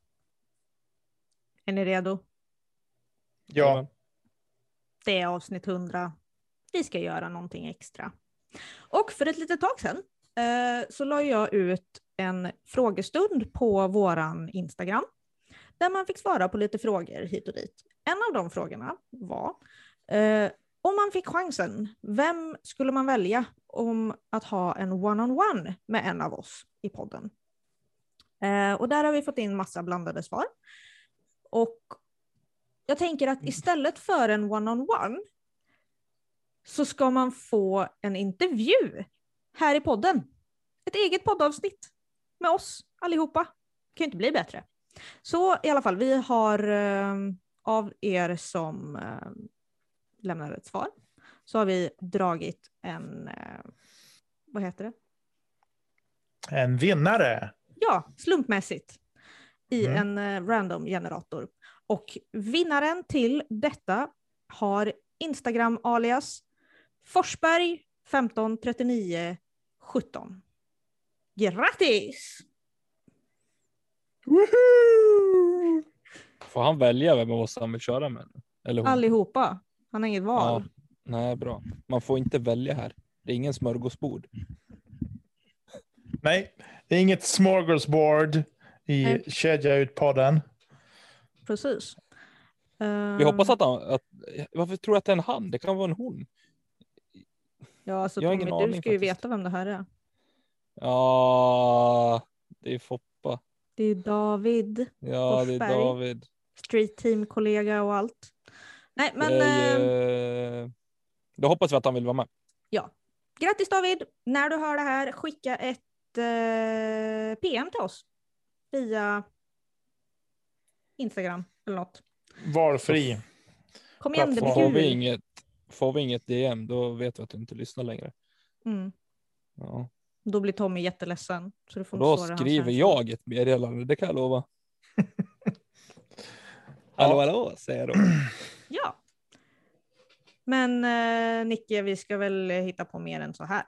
Är ni redo? Ja, Det är avsnitt hundra. Vi ska göra någonting extra. Och för ett litet tag sedan eh, så la jag ut en frågestund på våran Instagram. Där man fick svara på lite frågor hit och dit. En av de frågorna var eh, om man fick chansen, vem skulle man välja om att ha en one-on-one med en av oss i podden? Eh, och där har vi fått in massa blandade svar. Och jag tänker att istället för en one-on-one så ska man få en intervju här i podden. Ett eget poddavsnitt med oss allihopa. Det kan ju inte bli bättre. Så i alla fall, vi har eh, av er som eh, lämnar ett svar så har vi dragit en, eh, vad heter det? En vinnare. Ja, slumpmässigt i Mm. en eh, random generator. Och vinnaren till detta har Instagram alias Forsberg femton trettionio sjutton. Grattis! Woohoo! Får han välja vem av oss han vill köra med? Eller hon? Allihopa. Han har inget val. Ja, nej, bra. Man får inte välja här. Det är ingen smörgåsbord. Nej, det är inget smorgasbord i Nej. Kedja ut-podden. Precis. Vi hoppas att han... Att, varför tror du att det är en han? Det kan vara en hon. Ja, alltså Jag har Tommy, ingen du aning ska ju faktiskt. veta vem det här är. Ja, det är Foppa. Det är David, Ja, det är Forsberg. David. street team-kollega och allt. Nej, men Det är, eh, eh, då hoppas vi att han vill vara med. grattis David! När du hör det här, skicka ett eh, P M till oss via Instagram eller något. Valfri. Kom igen, det blir Får vi kul. inget, får vi inget D M, då vet vi att du inte lyssnar längre. Mm. Ja. Då blir Tommy jätteledsen. Så du får Och då inte svara hans skriver känslor. jag ett meddelande, det kan jag lova. Hallå, hallå, säger jag då. Ja. Men eh, Nicke, vi ska väl hitta på mer än så här.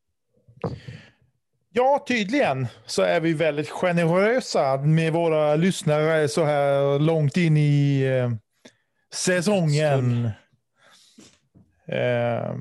Ja, tydligen så är vi väldigt generösa med våra lyssnare så här långt in i eh, säsongen. Eh,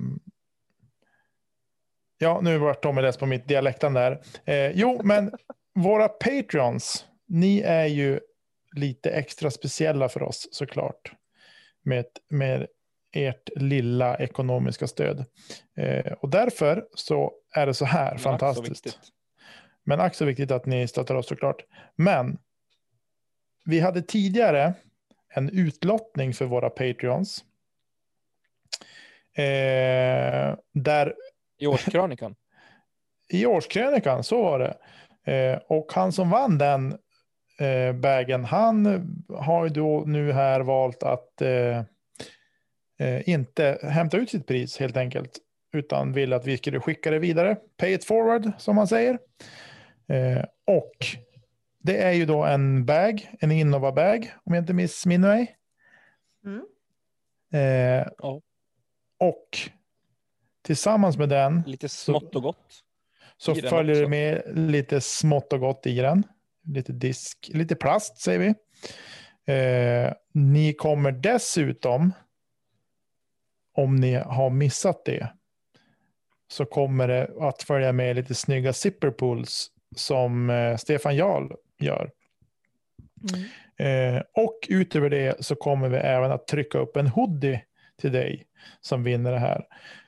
ja, nu vart Tommy läst på mitt dialektan där. Eh, jo, men våra Patreons, ni är ju lite extra speciella för oss såklart. Med, med ert lilla ekonomiska stöd. Eh, och därför så är det så här Men fantastiskt. ack så viktigt. Men ack så viktigt att ni stöttar oss såklart. Men vi hade tidigare en utlottning för våra Patreons. Eh, där I årskrönikan. i årskrönikan, så var det. Eh, och han som vann den eh, bagen, han har ju då nu här valt att eh, eh, inte hämta ut sitt pris helt enkelt. Utan vill att vi skulle skicka det vidare. Pay it forward, som man säger. Eh, och det är ju då en bag, en Innova-bag, om jag inte missminner mig. Mm. Eh, Ja. och tillsammans med den Lite smått och gott. så i den följer det också. med lite smått och gott i den. Lite disk, lite plast säger vi. Eh, ni kommer dessutom, om ni har missat det, så kommer det att följa med lite snygga zipperpulls som eh, Stefan Jarl gör. Mm. Eh, och utöver det så kommer vi även att trycka upp en hoodie till dig som vinner det här.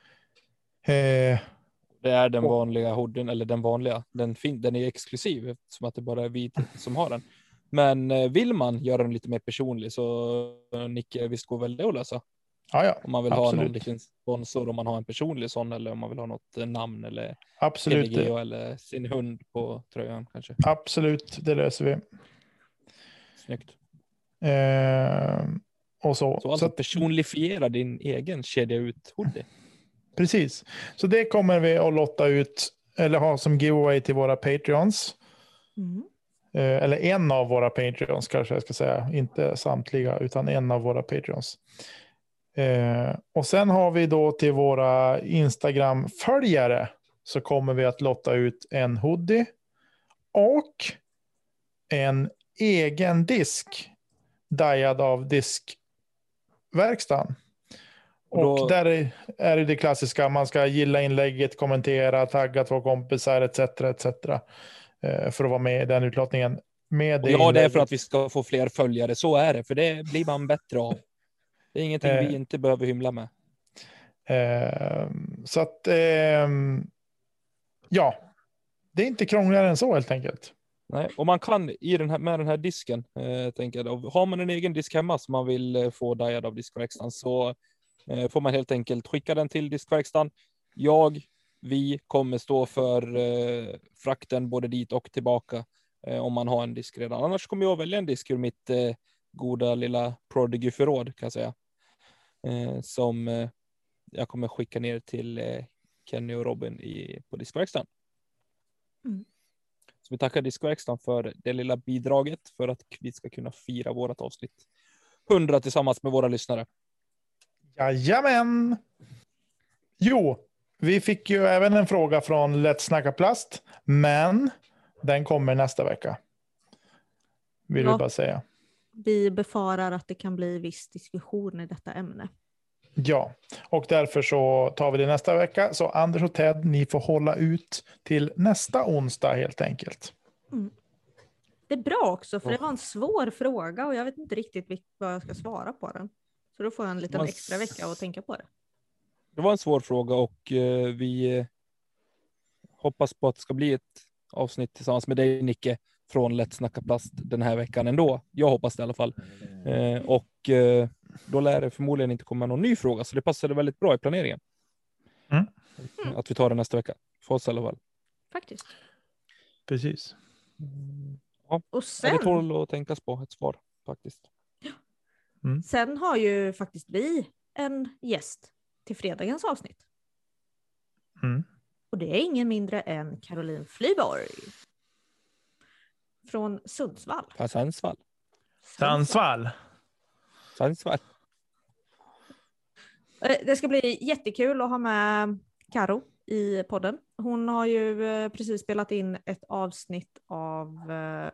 Eh, Det är den Och- vanliga hoodien, eller den vanliga. Den, fin- den är exklusiv, eftersom att det bara är vi som har den. Men eh, vill man göra den lite mer personlig så eh, Nicke, visst går väl det att lösa? ja, ja, Om man vill ha någon absolut. liten sponsor, om man har en personlig sån, eller om man vill ha något eh, namn eller Absolut, T V G eller sin hund på tröjan kanske. absolut, det löser vi. Snyggt. Eh, och så. Så Så alltså att, personifiera din egen kedja ut hoodie. precis. Så det kommer vi att lotta ut, eller ha som giveaway till våra Patreons. Mm. Eh, eller en av våra Patreons kanske jag ska säga. Inte samtliga, utan en av våra Patreons. Eh, och sen har vi då till våra Instagram-följare så kommer vi att lotta ut en hoodie och en egen disk dajad av diskverkstan. Och då- Och där är, är det det klassiska, man ska gilla inlägget, kommentera, tagga två kompisar et cetera et cetera eh, för att vara med i den utlottningen. Med Och det ja, det är inlägget. för att vi ska få fler följare. Så är det, för det blir man bättre av. Det är ingenting Eh. vi inte behöver hymla med. Eh, så att eh, ja, det är inte krångligare än så helt enkelt. Nej, och man kan i den här, med den här disken, eh, tänker jag, då, har man en egen disk hemma som man vill eh, få diad av diskverkstan, så eh, får man helt enkelt skicka den till diskverkstan. Jag, vi kommer stå för eh, frakten både dit och tillbaka eh, om man har en disk redan. Annars kommer jag välja en disk ur mitt eh, goda lilla Prodigy-förråd kan jag säga. Eh, som eh, jag kommer skicka ner till eh, Kenny och Robin i, på Diskverkstan. Mm. Så vi tackar Diskverkstan för det lilla bidraget för att vi ska kunna fira vårat avsnitt hundra tillsammans med våra lyssnare. Jajamän! Jo, vi fick ju även en fråga från Lätt Snacka Plast, men den kommer nästa vecka. Vill Ja. vi bara säga. Vi befarar att det kan bli viss diskussion i detta ämne. Ja, och därför så tar vi det nästa vecka. Så Anders och Ted, ni får hålla ut till nästa onsdag helt enkelt. Mm. Det är bra också, för det var en svår fråga och jag vet inte riktigt vad jag ska svara på den. Så då får jag en liten Man... extra vecka att tänka på det. Det var en svår fråga och eh, vi eh, hoppas på att det ska bli ett avsnitt tillsammans med dig, Nicke, från Lätt Snacka Plast den här veckan ändå. Jag hoppas det i alla fall. Eh, och eh, då lär det förmodligen inte komma någon ny fråga, så det passade väldigt bra i planeringen. Mm. Mm. Att vi tar det nästa vecka. För oss i alla fall. Faktiskt. Precis. Ja, Och ja, det sen, tål att tänkas på ett svar faktiskt. Mm. sen har ju faktiskt vi en gäst till fredagens avsnitt. Mm. Och det är ingen mindre än Caroline Flyborg. Från Sundsvall. Från Sundsvall. Sundsvall. Sundsvall. Eh, Det ska bli jättekul att ha med Karo i podden. Hon har ju eh, precis spelat in ett avsnitt av eh,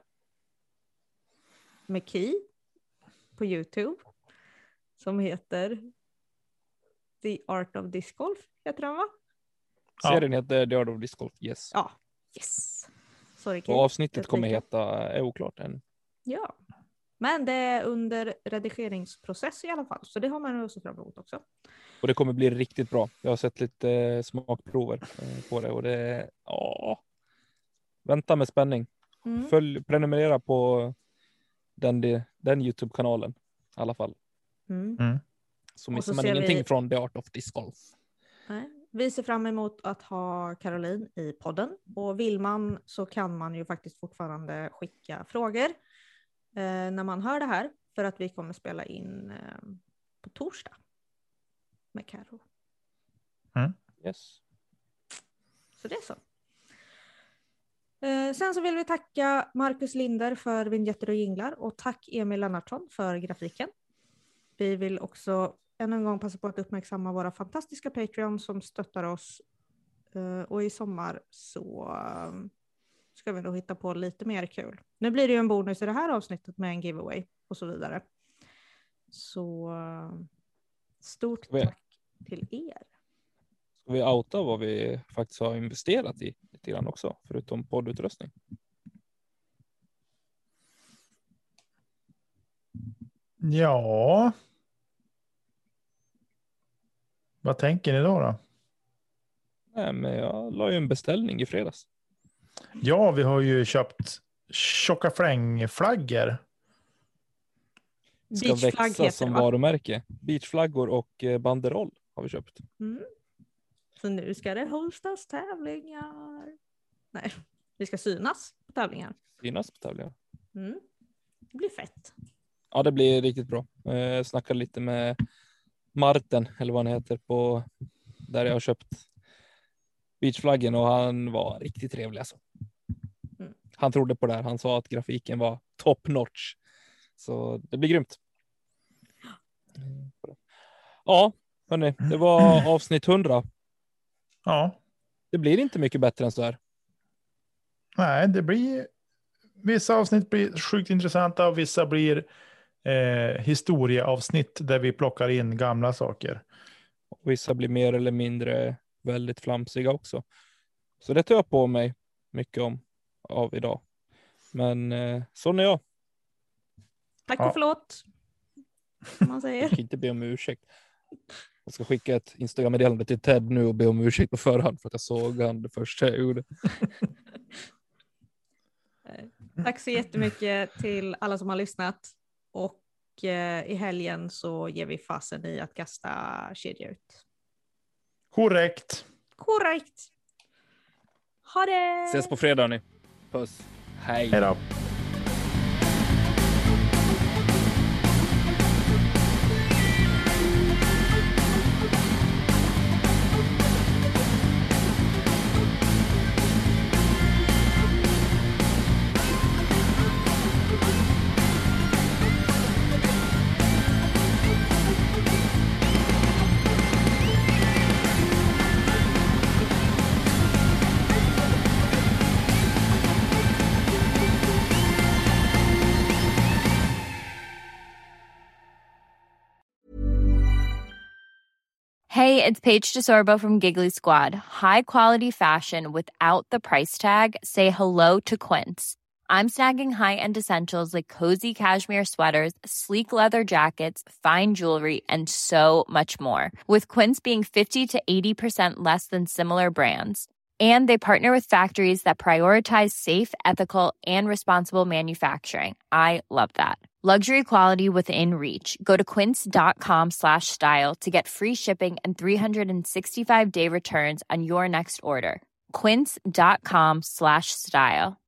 McKee på YouTube som heter The Art of Disc Golf, heter den va? Ja. Serien heter The Art of Disc Golf, yes. Ja, yes. Sorry, Och Kate. avsnittet Jag kommer tänker- heta, är oklart än. Ja, men det är under redigeringsprocess i alla fall, så det har man att se fram emot också. Och det kommer bli riktigt bra. Jag har sett lite eh, smakprover eh, på det och det är, ja. Vänta med spänning. Mm. Följ, prenumerera på den, de- den YouTube-kanalen i alla fall. Mm. Mm. Så Och missar så man ser ingenting vi- från The Art of Disc Golf. Nej. Vi ser fram emot att ha Caroline i podden. Och vill man så kan man ju faktiskt fortfarande skicka frågor eh, när man hör det här. För att vi kommer spela in eh, på torsdag med Karo. Yes. Så det är så. Eh, sen så vill vi tacka Marcus Linder för vignetter och jinglar. Och tack Emil Lennartsson för grafiken. Vi vill också än en gång passa på att uppmärksamma våra fantastiska Patreon som stöttar oss. Uh, och i sommar så uh, ska vi nog hitta på lite mer kul. Nu blir det ju en bonus i det här avsnittet med en giveaway och så vidare. Så uh, stort Vi- tack till er. Ska vi outa vad vi faktiskt har investerat i lite grann också, förutom poddutrustning? Ja. Vad tänker ni då? då? Nej, men jag la ju en beställning i fredags. Ja, vi har ju köpt tjocka flängflaggor. Ska Beachflagg växa heter som det, va? varumärke. Beachflaggor och eh, banderoll har vi köpt. Mm. Så nu ska det hostas tävlingar. Nej, vi ska synas på tävlingar. Synas på tävlingar. Mm. Det blir fett. Ja, det blir riktigt bra. Jag snackade lite med Martin, eller vad han heter, på där jag har köpt beachflaggen och han var riktigt trevlig alltså. Mm. Han trodde på det här. Han sa att grafiken var top notch. Så det blir grymt. Ja, hörni, det var avsnitt hundra. Ja, Det blir inte mycket bättre än så här. nej, det blir vissa avsnitt blir sjukt intressanta och vissa blir eh, historieavsnitt där vi plockar in gamla saker. Och vissa blir mer eller mindre väldigt flamsiga också. Så det tar jag på mig mycket om av idag. Men eh, sån är jag. Tack Ja. och förlåt. Som man säger. Jag kan inte be om ursäkt. Jag ska skicka ett Instagram-meddelande till Ted nu och be om ursäkt på förhand för att jag såg han det första jag gjorde. Tack så jättemycket till alla som har lyssnat. Och eh, i helgen så ger vi fasen i att kasta kedja ut. Korrekt. Korrekt. Ha det! Ses på fredag ni. Puss. Hej. Hej då. Hey, it's Paige DeSorbo from Giggly Squad. High quality fashion without the price tag. Say hello to Quince. I'm snagging high-end essentials like cozy cashmere sweaters, sleek leather jackets, fine jewelry, and so much more. With Quince being fifty to eighty percent less than similar brands. And they partner with factories that prioritize safe, ethical, and responsible manufacturing. I love that. Luxury quality within reach. Go to quince.com slash style to get free shipping and three sixty-five day returns on your next order. Quince.com slash style.